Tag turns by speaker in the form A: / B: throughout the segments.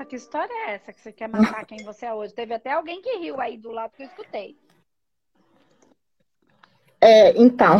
A: que história é essa que você quer matar quem você é hoje? Teve até alguém que riu aí do lado que eu escutei.
B: Então,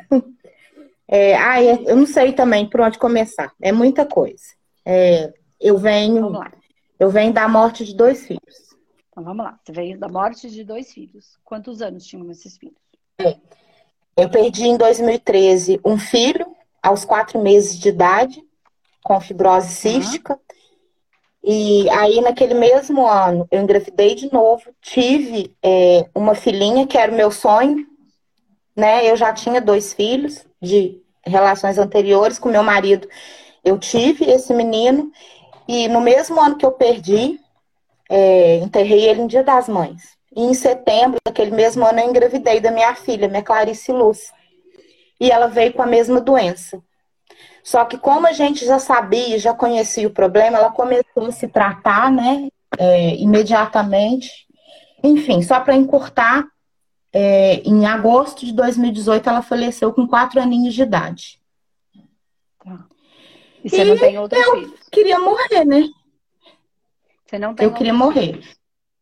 B: eu não sei também por onde começar. É muita coisa. Eu
A: Vamos
B: venho,
A: lá.
B: eu venho da morte de 2 filhos.
A: Então vamos lá. Você veio da morte de 2 filhos. Quantos anos tinham esses filhos?
B: Eu perdi em 2013 um filho aos 4 meses de idade, com fibrose
A: Tá.
B: cística. E aí, naquele mesmo ano, eu engravidei de novo, tive uma filhinha, que era o meu sonho, né? Eu já tinha 2 filhos de relações anteriores com meu marido. Eu tive esse menino, e no mesmo ano que eu perdi, enterrei ele em Dia das Mães. E em setembro daquele mesmo ano, eu engravidei da minha filha, minha Clarice Luz. E ela veio com a mesma doença. Só que como a gente já sabia, já conhecia o problema, ela começou a se tratar, né, imediatamente. Enfim, só para encurtar, em agosto de 2018 ela faleceu com 4 aninhos de idade.
A: Tá. E você não
B: E
A: tem outros filhos?
B: queria morrer, né?
A: Você não
B: Eu
A: tem
B: queria
A: outros
B: morrer.
A: filhos?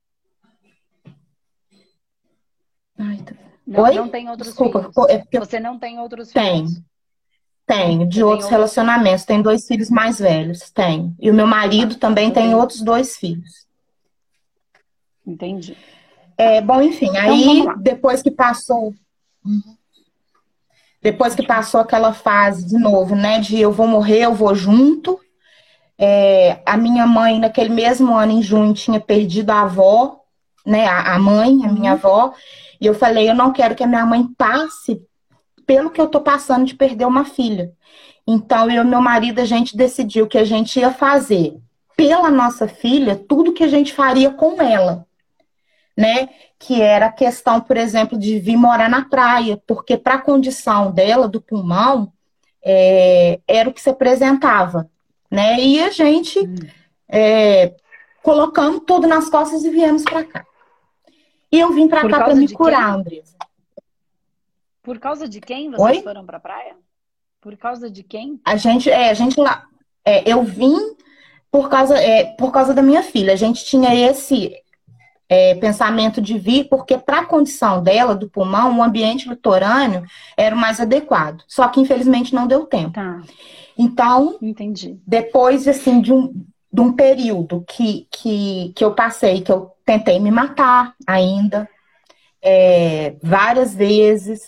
B: Ai,
A: Não, não
B: oi?
A: tem outros
B: Desculpa,
A: filhos?
B: é porque eu
A: Você não tem outros
B: tenho.
A: filhos?
B: Tenho, de
A: Você tem
B: outros
A: outros filhos?
B: relacionamentos. Tenho 2 filhos mais velhos, tenho. E o meu marido
A: Tá.
B: também
A: Você
B: tem
A: tem.
B: outros 2 filhos.
A: Entendi. Tá.
B: Bom, enfim,
A: Então vamos
B: aí
A: lá.
B: depois que passou aquela fase de novo, né, de eu vou morrer, eu vou junto. A minha mãe, naquele mesmo ano, em junho, tinha perdido a avó, né, a mãe, a minha
A: Uhum.
B: avó. E eu falei, eu não quero que a minha mãe passe pelo que eu tô passando de perder uma filha. Então, eu e meu marido, a gente decidiu que a gente ia fazer pela nossa filha tudo que a gente faria com ela, né? Que era a questão, por exemplo, de vir morar na praia, porque para a condição dela, do pulmão, era o que se apresentava, né? E a gente colocamos tudo nas costas e viemos para cá. E eu vim para
A: Por
B: cá para
A: causa
B: me
A: de
B: curar,
A: quem?
B: Andresa.
A: Por causa de quem vocês
B: Oi?
A: foram pra praia? Por causa de quem?
B: A gente lá, eu vim por causa da minha filha. A gente tinha esse pensamento de vir, porque para a condição dela, do pulmão, o ambiente litorâneo era o mais adequado. Só que, infelizmente, não deu tempo.
A: Tá,
B: Então,
A: entendi.
B: depois, assim, de um período que eu passei, que eu tentei me matar ainda, várias vezes,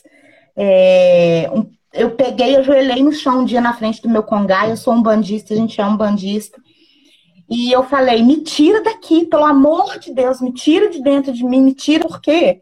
B: eu peguei, ajoelhei no chão um dia na frente do meu congá, eu sou um bandista, a gente é um bandista, e eu falei, me tira daqui, pelo amor de Deus, me tira de dentro de mim, me tira, porque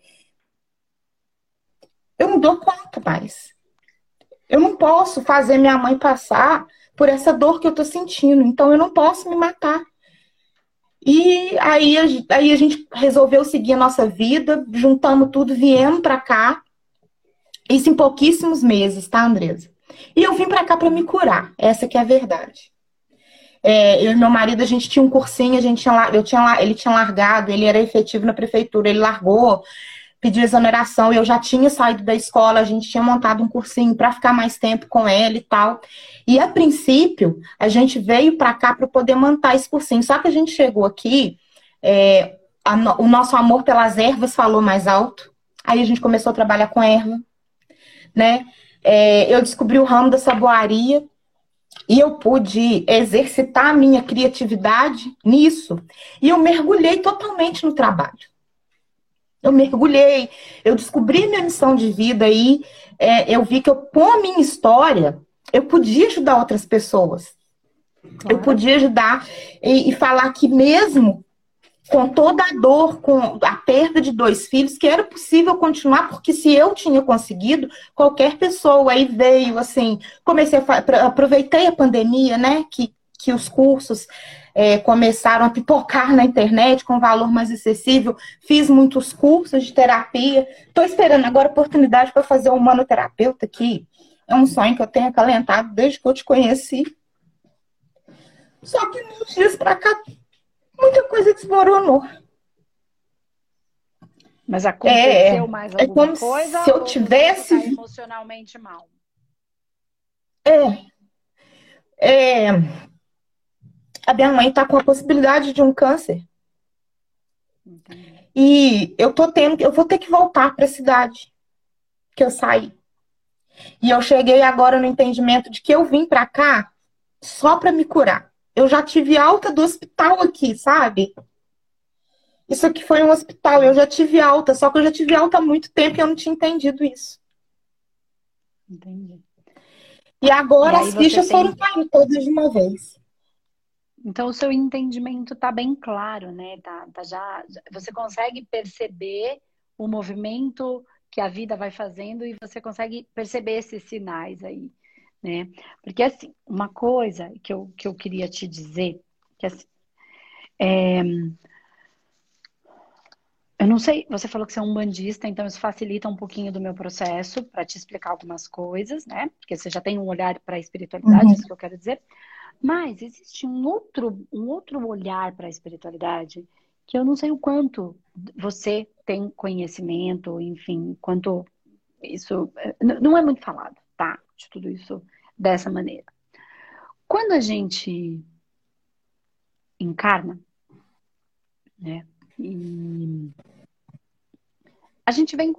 B: eu não dou conta mais. Eu não posso fazer minha mãe passar por essa dor que eu tô sentindo, então eu não posso me matar. E aí a gente resolveu seguir a nossa vida, juntamos tudo, viemos pra cá, isso em pouquíssimos meses, tá, Andresa? E eu vim pra cá pra me curar, essa que é a verdade. Eu e meu marido, a gente tinha um cursinho, ele tinha largado, ele era efetivo na prefeitura, ele largou, pediu exoneração, eu já tinha saído da escola, a gente tinha montado um cursinho para ficar mais tempo com ele e tal. E a princípio, a gente veio para cá para poder montar esse cursinho. Só que a gente chegou aqui, o nosso amor pelas ervas falou mais alto. Aí a gente começou a trabalhar com erva, né? Eu descobri o ramo da saboaria e eu pude exercitar a minha criatividade nisso. E eu mergulhei totalmente no trabalho. Eu mergulhei, eu descobri minha missão de vida e eu vi que com a minha história, eu podia ajudar outras pessoas. Eu
A: Claro.
B: podia ajudar e falar que mesmo com toda a dor, com a perda de 2 filhos, que era possível continuar, porque se eu tinha conseguido, qualquer pessoa aí veio, assim, aproveitei a pandemia, né, que os cursos começaram a pipocar na internet com valor mais acessível, fiz muitos cursos de terapia, estou esperando agora a oportunidade para fazer um humanoterapeuta, que é um sonho que eu tenho acalentado desde que eu te conheci. Só que nos dias para cá, muita coisa desmoronou.
A: Mas aconteceu mais
B: É
A: alguma
B: como
A: coisa
B: se eu
A: ou você
B: tivesse.
A: está emocionalmente mal?
B: É, é, A minha mãe tá com a possibilidade de um câncer.
A: Entendi.
B: E eu vou ter que voltar para a cidade que eu saí. E eu cheguei agora no entendimento de que eu vim para cá só para me curar. Eu já tive alta do hospital aqui, sabe? Isso aqui foi um hospital, eu já tive alta, só que eu já tive alta há muito tempo e eu não tinha entendido isso.
A: Entendi.
B: E
A: E
B: agora
A: aí
B: as
A: você
B: fichas foram
A: tem.
B: caindo todas de uma vez.
A: Então, o seu entendimento tá bem claro, né? Você consegue perceber o movimento que a vida vai fazendo e você consegue perceber esses sinais aí, né? Porque, assim, uma coisa que eu queria te dizer, que assim, eu não sei, você falou que você é um bandista, então isso facilita um pouquinho do meu processo para te explicar algumas coisas, né? Porque você já tem um olhar para a espiritualidade,
B: Uhum,
A: isso que eu quero dizer. Mas existe um outro olhar para a espiritualidade que eu não sei o quanto você tem conhecimento, enfim, quanto isso não é muito falado, tá? De tudo isso dessa maneira. Quando a gente encarna, né? E a gente vem com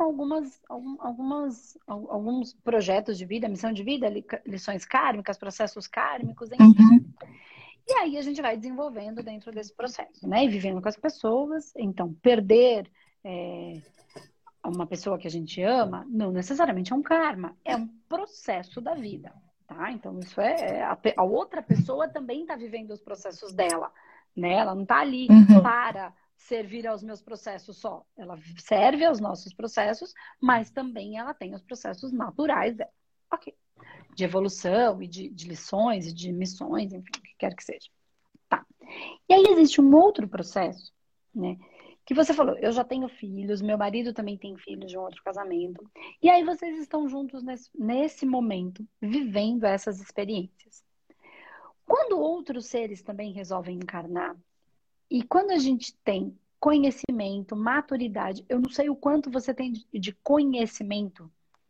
A: alguns projetos de vida, missão de vida, lições kármicas, processos kármicos, enfim.
B: uhum,
A: E aí a gente vai desenvolvendo dentro desse processo, né? E vivendo com as pessoas. Então, perder uma pessoa que a gente ama não necessariamente é um karma, é um processo da vida, tá? Então, isso a outra pessoa também está vivendo os processos dela, né? Ela não está ali
B: uhum,
A: para servir aos meus processos só. Ela serve aos nossos processos, mas também ela tem os processos naturais dela. Ok. De evolução e de lições e de missões, enfim, o que quer que seja. Tá. E aí existe um outro processo, né? Que você falou, eu já tenho filhos, meu marido também tem filhos de um outro casamento. E aí vocês estão juntos nesse momento, vivendo essas experiências. Quando outros seres também resolvem encarnar, e quando a gente tem conhecimento, maturidade, eu não sei o quanto você tem de conhecimento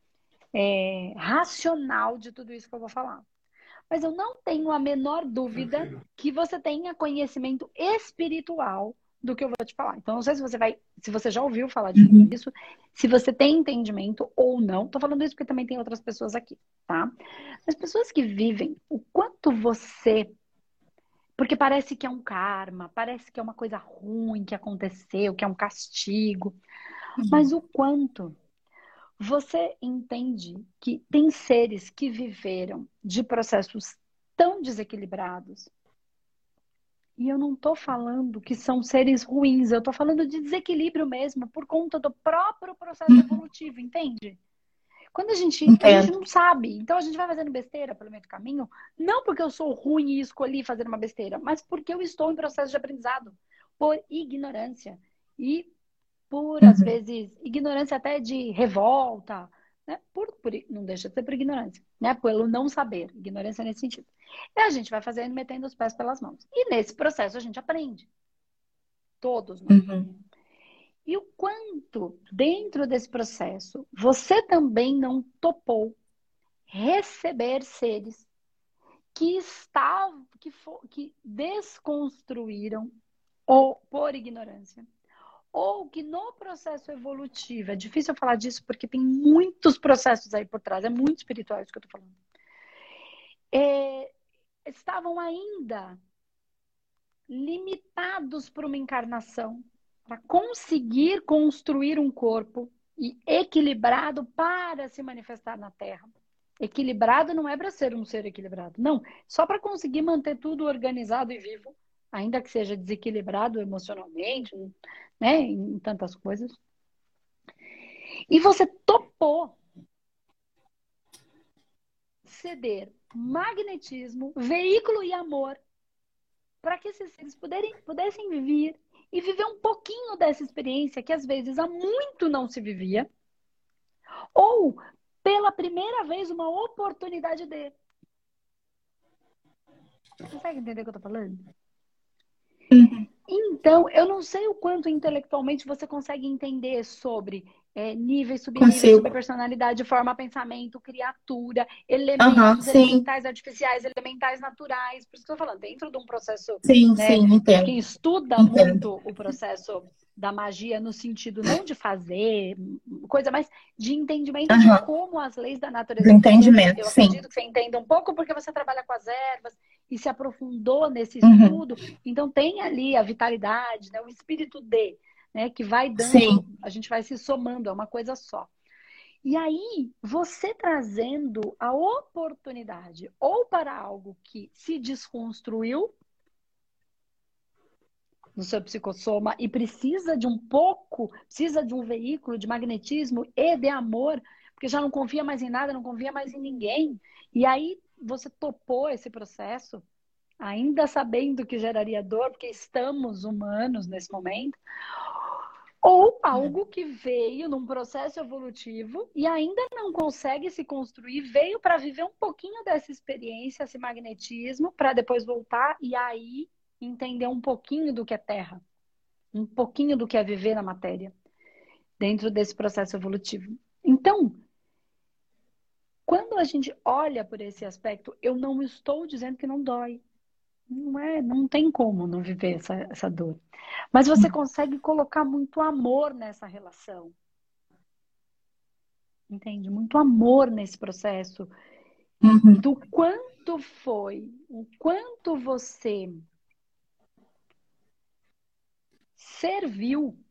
A: racional de tudo isso que eu vou falar. Mas eu não tenho a menor dúvida que você tenha conhecimento espiritual do que eu vou te falar. Então, não sei se você já ouviu falar
B: uhum,
A: disso, se você tem entendimento ou não. Tô falando isso porque também tem outras pessoas aqui, tá? As pessoas que vivem, o quanto você. Porque parece que é um karma, parece que é uma coisa ruim que aconteceu, que é um castigo. Mas o quanto você entende que tem seres que viveram de processos tão desequilibrados, e eu não estou falando que são seres ruins, eu estou falando de desequilíbrio mesmo, por conta do próprio processo
B: uhum.
A: evolutivo, entende? Quando a gente
B: Entendo.
A: não sabe, então a gente vai fazendo besteira pelo meio do caminho, não porque eu sou ruim e escolhi fazer uma besteira, mas porque eu estou em processo de aprendizado, por ignorância. E por, às
B: Uhum,
A: vezes, ignorância até de revolta, né? Não deixa de ser por ignorância, né? Pelo não saber, ignorância nesse sentido. E a gente vai fazendo, metendo os pés pelas mãos. E nesse processo a gente aprende, todos nós.
B: uhum,
A: E o quanto, dentro desse processo, você também não topou receber seres que desconstruíram ou por ignorância ou que no processo evolutivo, é difícil eu falar disso porque tem muitos processos aí por trás, é muito espiritual isso que eu tô falando, estavam ainda limitados por uma encarnação para conseguir construir um corpo e equilibrado para se manifestar na Terra. Equilibrado não é para ser um ser equilibrado, não, só para conseguir manter tudo organizado e vivo, ainda que seja desequilibrado emocionalmente, né, em tantas coisas. E você topou ceder magnetismo, veículo e amor para que esses seres pudessem vir e viver um pouquinho dessa experiência que às vezes há muito não se vivia, ou pela primeira vez uma oportunidade de. Consegue entender o que eu tô falando?
B: uhum,
A: Então, eu não sei o quanto intelectualmente você consegue entender sobre níveis, subníveis,
B: Consigo.
A: subpersonalidade, forma, pensamento, criatura,
B: Aham,
A: elementos
B: sim.
A: elementais artificiais, elementais naturais. Por isso que eu tô falando, dentro de um processo,
B: Sim,
A: né?
B: sim, entendo.
A: Quem estuda
B: Entendo.
A: muito o processo da magia no sentido não de fazer coisa, mas de entendimento de
B: Aham.
A: como as leis da
B: Do
A: natureza funcionam.
B: entendimento,
A: Eu
B: sim.
A: acredito que você entenda um pouco porque você trabalha com as ervas e se aprofundou nesse
B: Uhum.
A: estudo. Então tem ali a vitalidade, né? O espírito de, né? Que vai dando,
B: Sim.
A: a gente vai se somando, é uma coisa só. E aí, você trazendo a oportunidade ou para algo que se desconstruiu no seu psicossoma e precisa de um pouco, precisa de um veículo de magnetismo e de amor, porque já não confia mais em nada, não confia mais em ninguém. E aí você topou esse processo, ainda sabendo que geraria dor, porque estamos humanos nesse momento, ou algo que veio num processo evolutivo e ainda não consegue se construir, veio para viver um pouquinho dessa experiência, esse magnetismo, para depois voltar e aí entender um pouquinho do que é terra, um pouquinho do que é viver na matéria, dentro desse processo evolutivo. Então, quando a gente olha por esse aspecto, eu não estou dizendo que não dói. Não tem como não viver essa dor. Mas você consegue colocar muito amor nessa relação. Entende? Muito amor nesse processo.
B: Uhum.
A: Do quanto foi, o quanto você serviu,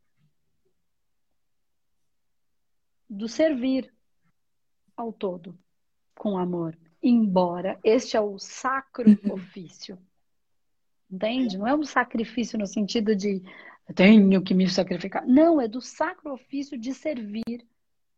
A: do servir ao todo com amor. Embora este é o sacro
B: Uhum.
A: ofício. Entende? Não é um sacrifício no sentido de eu tenho que me sacrificar. Não, é do sacro ofício de servir.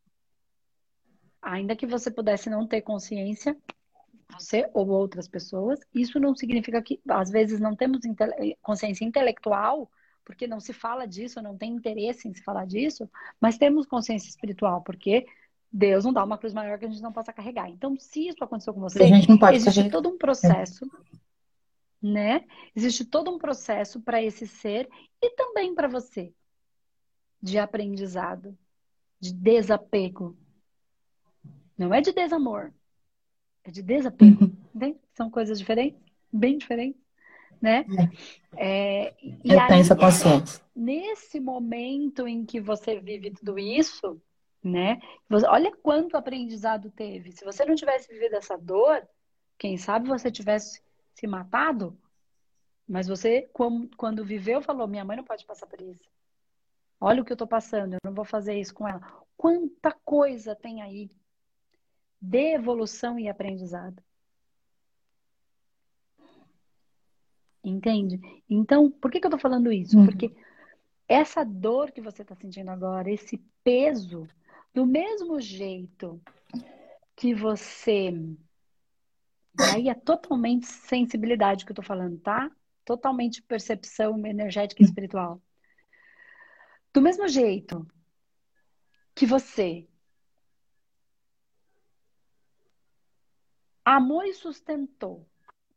A: Ainda que você pudesse não ter consciência, você ou outras pessoas, isso não significa que às vezes não temos consciência intelectual, porque não se fala disso, não tem interesse em se falar disso, mas temos consciência espiritual, porque Deus não dá uma cruz maior que a gente não possa carregar. Então, se isso aconteceu com
B: A
A: você,
B: gente não pode
A: existe
B: carregar.
A: todo um processo, né? Existe todo um processo para esse ser e também para você de aprendizado, de desapego. Não é de desamor, é de desapego.
B: Uhum.
A: Entende? São coisas diferentes, bem diferentes, né? E
B: Eu tenho
A: aí,
B: essa consciência.
A: nesse momento em que você vive tudo isso, né? Olha quanto aprendizado teve. Se você não tivesse vivido essa dor, quem sabe você tivesse se matado, mas você, quando viveu, falou: minha mãe não pode passar por isso. Olha o que eu tô passando, eu não vou fazer isso com ela. Quanta coisa tem aí de evolução e aprendizado. Entende? Então, por que eu tô falando isso?
B: Uhum.
A: Porque essa dor que você está sentindo agora, esse peso, do mesmo jeito que você. E aí é totalmente sensibilidade que eu tô falando, tá? Totalmente percepção energética e espiritual. Do mesmo jeito que você amou e sustentou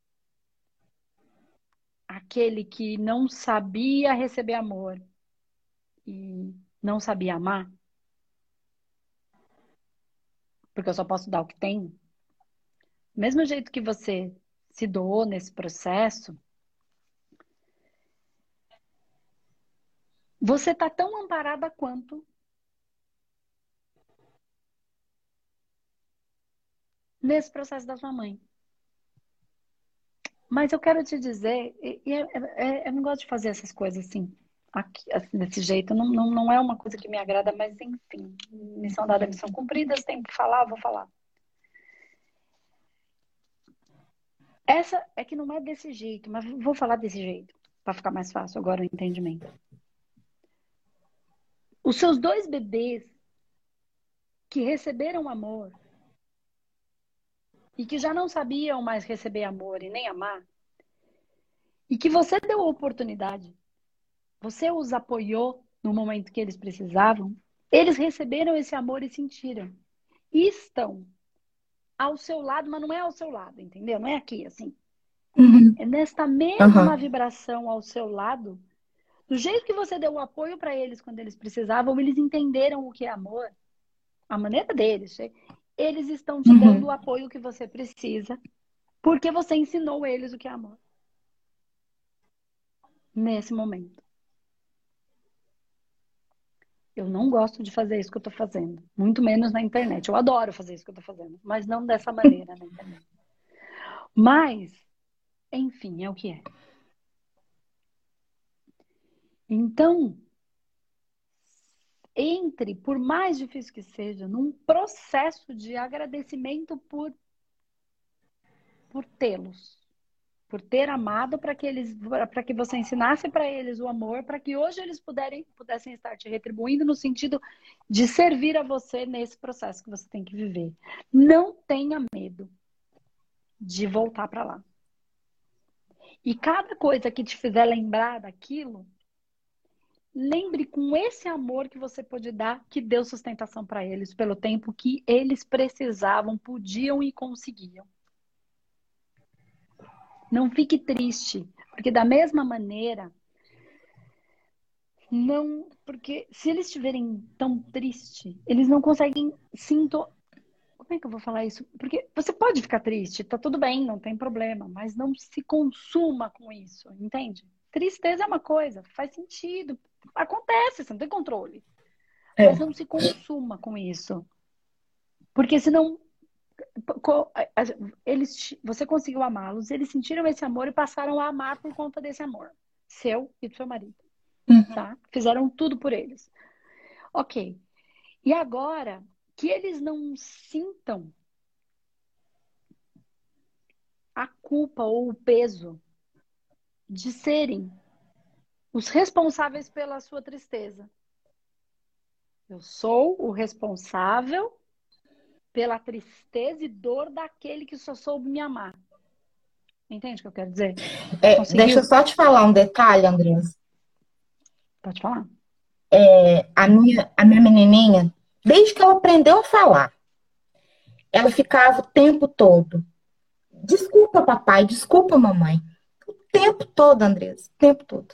A: aquele que não sabia receber amor e não sabia amar, porque eu só posso dar o que tenho. Do mesmo jeito que você se doou nesse processo, você tá tão amparada quanto nesse processo da sua mãe. Mas eu quero te dizer, eu não gosto de fazer essas coisas assim, aqui, assim, desse jeito. Não é uma coisa que me agrada, mas enfim, missão dada, missão cumprida, se tem que falar, vou falar. Essa é que não é desse jeito, mas vou falar desse jeito, para ficar mais fácil agora o entendimento. Os seus dois bebês que receberam amor e que já não sabiam mais receber amor e nem amar, e que você deu a oportunidade, você os apoiou no momento que eles precisavam, eles receberam esse amor e sentiram. E estão ao seu lado, mas não é ao seu lado, entendeu? Não é aqui, assim.
B: Uhum.
A: É nesta mesma
B: Aham.
A: vibração ao seu lado, Do jeito que você deu o apoio para eles quando eles precisavam, eles entenderam o que é amor. A maneira deles. Eles estão te dando o apoio que você precisa, porque você ensinou eles o que é amor. Nesse momento. Eu não gosto de fazer isso que eu tô fazendo. Muito menos na internet. Eu adoro fazer isso que eu tô fazendo. Mas não dessa maneira na internet. Mas, enfim, é o que é. Então, entre, por mais difícil que seja, num processo de agradecimento por tê-los. Por ter amado para que você ensinasse para eles o amor, para que hoje eles pudessem estar te retribuindo no sentido de servir a você nesse processo que você tem que viver. Não tenha medo de voltar para lá. E cada coisa que te fizer lembrar daquilo, lembre com esse amor que você pôde dar, que deu sustentação para eles pelo tempo que eles precisavam, podiam e conseguiam. Não fique triste, porque da mesma maneira, não, porque se eles estiverem tão tristes, eles não conseguem Como é que eu vou falar isso? Porque você pode ficar triste, tá tudo bem, não tem problema, mas não se consuma com isso, entende? Tristeza é uma coisa, faz sentido, acontece, você não tem controle. Mas não se consuma com isso. Porque senão você conseguiu amá-los, eles sentiram esse amor e passaram a amar por conta desse amor. Seu e do seu marido. Tá? Fizeram tudo por eles. Ok. E agora, que eles não sintam a culpa ou o peso de serem os responsáveis pela sua tristeza. Eu sou o responsável pela tristeza e dor daquele que só soube me amar. Entende o que eu quero dizer?
B: Deixa eu só te falar um detalhe, Andressa.
A: Pode falar.
B: A minha menininha, desde que ela aprendeu a falar, ela ficava o tempo todo. Desculpa, papai, desculpa, mamãe. O tempo todo, Andressa, o tempo todo.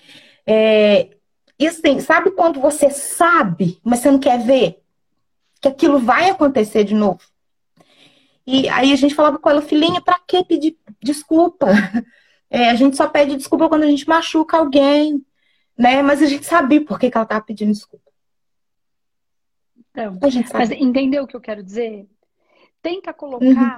B: E assim, sabe quando você sabe, mas você não quer ver? Que aquilo vai acontecer de novo. E aí a gente falava com ela, filhinha, pra que pedir desculpa? A gente só pede desculpa quando a gente machuca alguém, né? Mas a gente sabia por que ela estava pedindo desculpa.
A: Então, mas entendeu o que eu quero dizer? Tenta colocar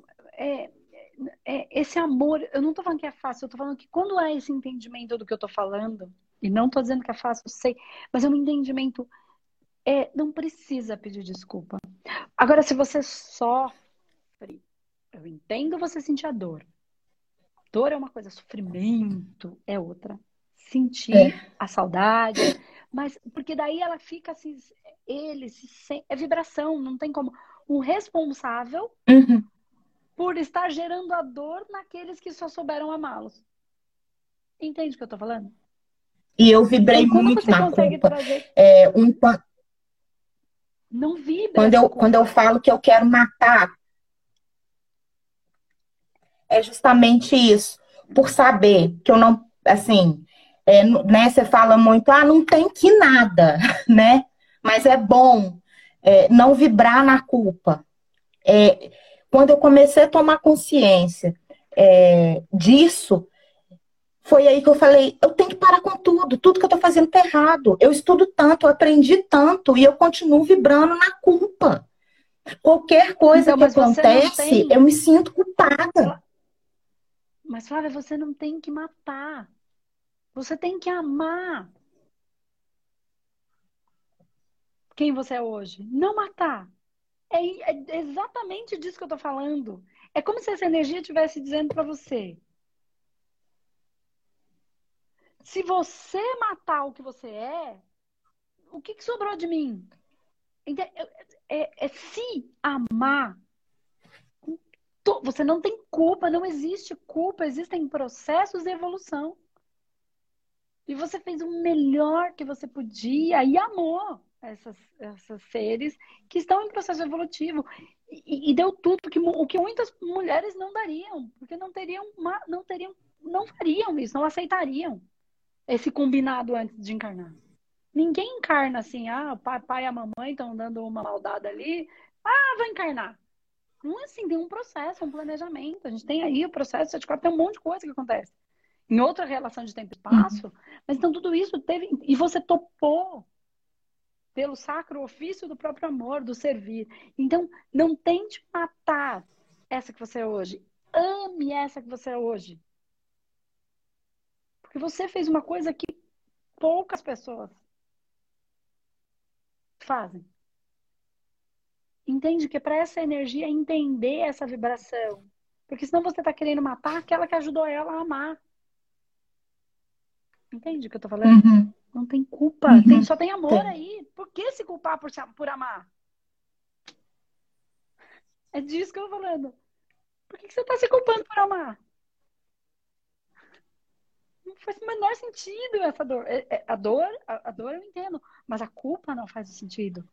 A: esse amor. Eu não tô falando que é fácil, eu tô falando que quando há esse entendimento do que eu tô falando, e não tô dizendo que é fácil, eu sei, mas é um entendimento. Não precisa pedir desculpa. Agora, se você sofre, eu entendo você sentir a dor. Dor é uma coisa, sofrimento é outra. Sentir a saudade, mas porque daí ela fica assim, é vibração, não tem como. Um responsável por estar gerando a dor naqueles que só souberam amá-los. Entende o que eu tô falando?
B: E eu vibrei então, muito na culpa.
A: Não vibra.
B: Quando eu falo que eu quero matar, é justamente isso. Por saber que eu não, assim, né, você fala muito, não tem que nada, né? Mas é bom não vibrar na culpa. Quando eu comecei a tomar consciência disso, foi aí que eu falei, eu tenho que parar com tudo que eu tô fazendo tá errado. Eu estudo tanto, eu aprendi tanto e eu continuo vibrando na culpa. Qualquer coisa então, que acontece, eu me sinto culpada.
A: Mas, Flávia, você não tem que matar. Você tem que amar quem você é hoje. Não matar. É exatamente disso que eu tô falando. É como se essa energia estivesse dizendo para você. Se você matar o que você é, o que sobrou de mim? Se amar. Você não tem culpa, não existe culpa, existem processos de evolução. E você fez o melhor que você podia e amou esses seres que estão em processo evolutivo. E deu tudo o que muitas mulheres não dariam, porque não fariam isso, não aceitariam. esse combinado antes de encarnar. Ninguém encarna assim, o papai e a mamãe estão dando uma maldade ali, vou encarnar. Não é assim, tem um processo, um planejamento. A gente tem aí o processo de tem um monte de coisa que acontece. Em outra relação de tempo e espaço, mas então tudo isso teve. E você topou pelo sacro ofício do próprio amor, do servir. Então, não tente matar essa que você é hoje. Ame essa que você é hoje. Porque você fez uma coisa que poucas pessoas fazem. Entende que para essa energia entender essa vibração. Porque senão você está querendo matar aquela que ajudou ela a amar. Entende o que eu tô falando?
B: Uhum.
A: Não tem culpa.
B: Uhum.
A: Só tem amor aí. Por que se culpar por amar? É disso que eu tô falando. Por que você está se culpando por amar? Não faz o menor sentido essa dor. A dor eu entendo, mas a culpa não faz sentido.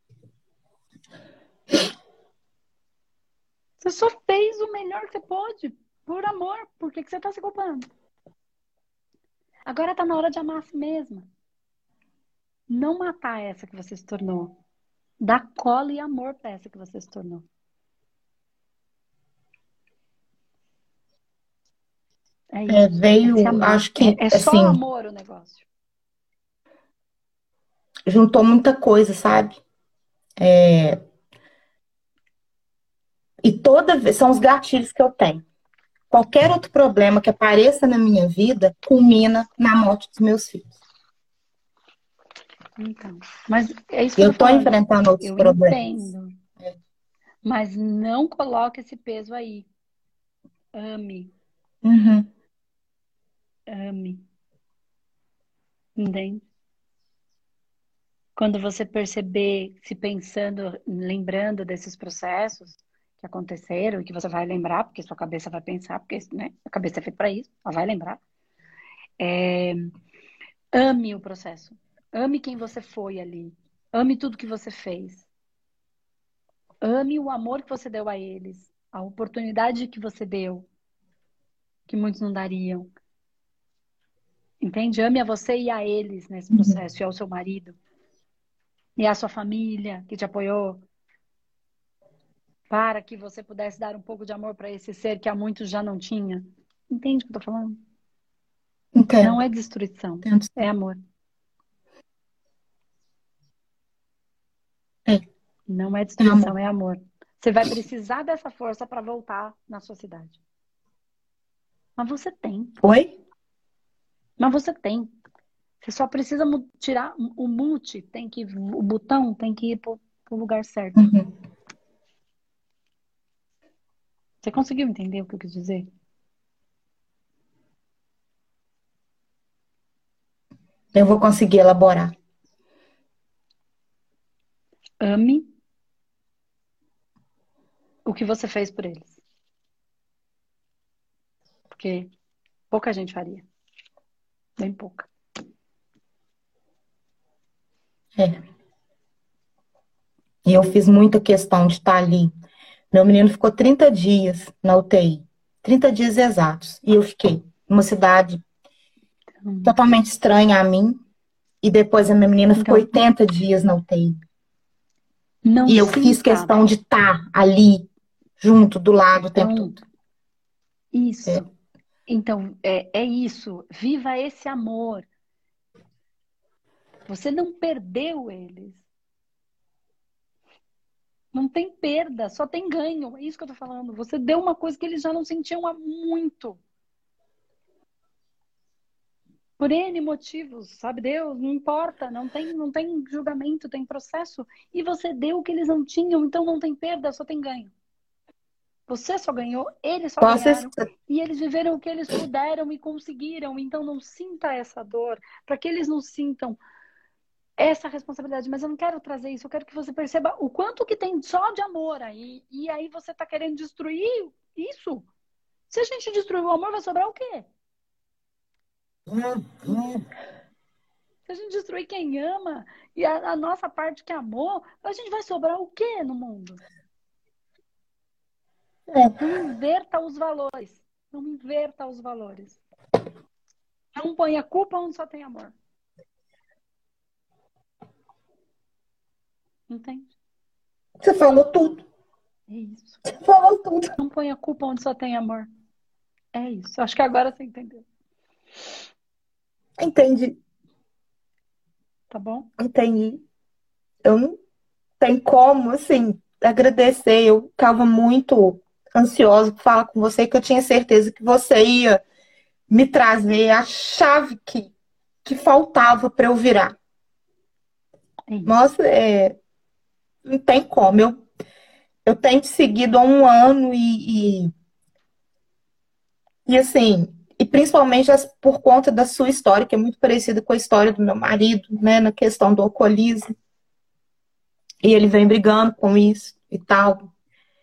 A: Você só fez o melhor que você pôde, por amor. Por que você está se culpando? Agora tá na hora de amar a si mesma. Não matar essa que você se tornou. Dar cola e amor para essa que você se tornou. É isso. É se
B: Veio,
A: amar.
B: acho que,
A: É só
B: assim,
A: amor o negócio.
B: juntou muita coisa, sabe? E toda vez, são os gatilhos que eu tenho. Qualquer outro problema que apareça na minha vida culmina na morte dos meus filhos.
A: Então, mas é isso que eu
B: Eu
A: tô
B: tô
A: falando.
B: enfrentando outros
A: Eu
B: problemas.
A: entendo. Mas não coloque esse peso aí. Ame,
B: Uhum.
A: ame. Entende? Quando você perceber, se pensando, lembrando desses processos que aconteceram e que você vai lembrar, porque sua cabeça vai pensar, porque né, a cabeça é feita para isso, ela vai lembrar. Ame o processo. Ame quem você foi ali. Ame tudo que você fez. Ame o amor que você deu a eles. A oportunidade que você deu, que muitos não dariam. Entende? Ame a você e a eles nesse
B: Uhum.
A: processo, e ao seu marido, e à sua família que te apoiou, para que você pudesse dar um pouco de amor para esse ser que há muitos já não tinha. Entende o que eu tô falando? Não
B: Entendo,
A: é destruição,
B: entendo.
A: é amor.
B: É,
A: Não é
B: é amor.
A: destruição, é amor. Você vai precisar dessa força para voltar na sua cidade. Mas você tem.
B: Oi?
A: Mas você tem. Você só precisa tirar o mute, o botão tem que ir pro lugar certo.
B: Uhum.
A: Você conseguiu entender o que eu quis dizer?
B: Eu vou conseguir elaborar.
A: Ame o que você fez por eles. Porque pouca gente faria. Bem pouca.
B: É. E eu fiz muita questão de estar ali. Meu menino ficou 30 dias na UTI. 30 dias exatos. E eu fiquei numa cidade totalmente estranha a mim. E depois a minha menina ficou
A: Então,
B: 80 dias na UTI.
A: não
B: E eu fiz
A: sinta.
B: questão de estar ali, junto, do lado o tempo todo.
A: Então, isso. Então, é isso. Viva esse amor. Você não perdeu eles. Não tem perda, só tem ganho. É isso que eu tô falando. Você deu uma coisa que eles já não sentiam há muito. Por N motivos, sabe Deus? Não importa, não tem julgamento, tem processo. E você deu o que eles não tinham, então não tem perda, só tem ganho. Você só ganhou, eles só
B: Posso
A: ganharam. E eles viveram o que eles puderam e conseguiram. Então não sinta essa dor, para que eles não sintam essa responsabilidade. Mas eu não quero trazer isso, eu quero que você perceba o quanto que tem só de amor aí. E aí você está querendo destruir isso. Se a gente destruir o amor, vai sobrar o quê? Se a gente destruir quem ama e a nossa parte que amou, a gente vai sobrar o quê no mundo?
B: É,
A: Não inverta os valores. Não inverta os valores. Não põe a culpa onde só tem amor. Entende?
B: Você falou tudo.
A: É isso.
B: Você falou tudo.
A: Não põe a culpa onde só tem amor. É isso. Acho que agora você entendeu.
B: Entendi.
A: Tá bom?
B: Entendi. Eu não tenho como, assim, agradecer. Eu estava muito ansiosa por falar com você, que eu tinha certeza que você ia me trazer a chave que faltava para eu virar.
A: É isso.
B: Nossa, não tem como. Eu tenho te seguido há um ano e assim, e principalmente por conta da sua história, que é muito parecida com a história do meu marido, né, na questão do alcoolismo. E ele vem brigando com isso e tal.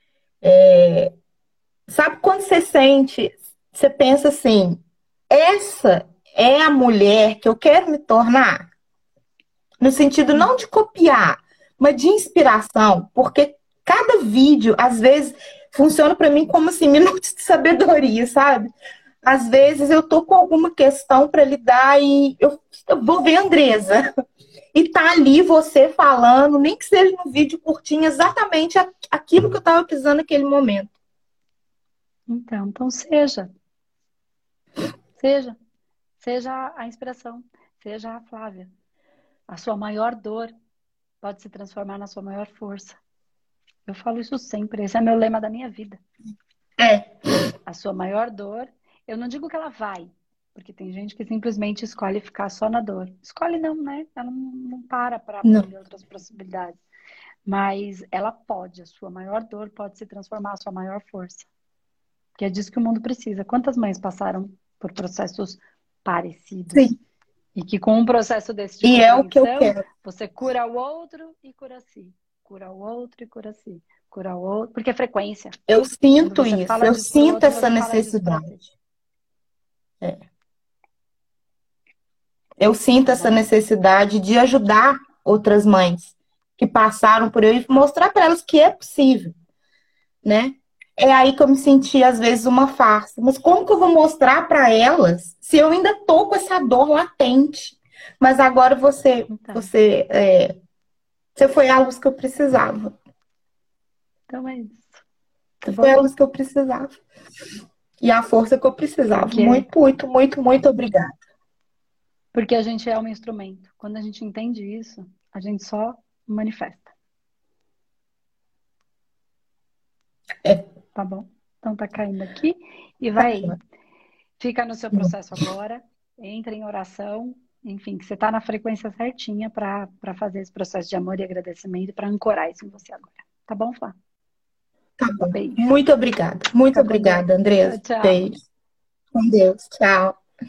B: Sabe quando você sente, você pensa assim, essa é a mulher que eu quero me tornar? No sentido não de copiar, mas de inspiração, porque cada vídeo, às vezes, funciona para mim como assim, minutos de sabedoria, sabe? Às vezes eu tô com alguma questão para lidar e eu vou ver a Andresa. E tá ali você falando, nem que seja no vídeo curtinho, exatamente aquilo que eu tava precisando naquele momento.
A: Então seja. Seja a inspiração. Seja a Flávia. A sua maior dor pode se transformar na sua maior força. Eu falo isso sempre. Esse é meu lema da minha vida.
B: É.
A: A sua maior dor, eu não digo que ela vai, porque tem gente que simplesmente escolhe ficar só na dor. Escolhe não, né? Ela não para
B: Não.
A: aprender outras possibilidades. Mas ela pode, a sua maior dor pode se transformar na sua maior força. Que é disso que o mundo precisa. Quantas mães passaram por processos parecidos?
B: Sim.
A: E que com um processo desse de
B: E é o que eu
A: compreensão,
B: quero.
A: você cura o outro e cura si. Cura o outro e cura si. Cura o outro, porque é frequência.
B: Eu
A: Quando
B: sinto
A: você
B: isso,
A: fala
B: eu
A: disso pro
B: sinto
A: outro,
B: essa
A: você fala disso pra si.
B: necessidade. Eu sinto essa necessidade de ajudar outras mães que passaram por eu e mostrar para elas que é possível, né? É aí que eu me senti às vezes uma farsa. Mas como que eu vou mostrar para elas se eu ainda tô com essa dor latente? Mas agora você foi a luz que eu precisava.
A: Então é isso.
B: Você foi a luz que eu precisava. E a força que eu precisava. Muito, muito, muito, muito obrigada.
A: Porque a gente é um instrumento. Quando a gente entende isso, a gente só manifesta. Tá bom? Então tá caindo aqui e vai. Fica no seu processo agora, entra em oração, enfim, que você tá na frequência certinha para fazer esse processo de amor e agradecimento, para ancorar isso em você agora. Tá bom, Flá?
B: Tá bom.
A: Beijo.
B: Muito obrigada. Muito obrigada, Andresa.
A: Tchau.
B: Beijo. Com Deus. Tchau.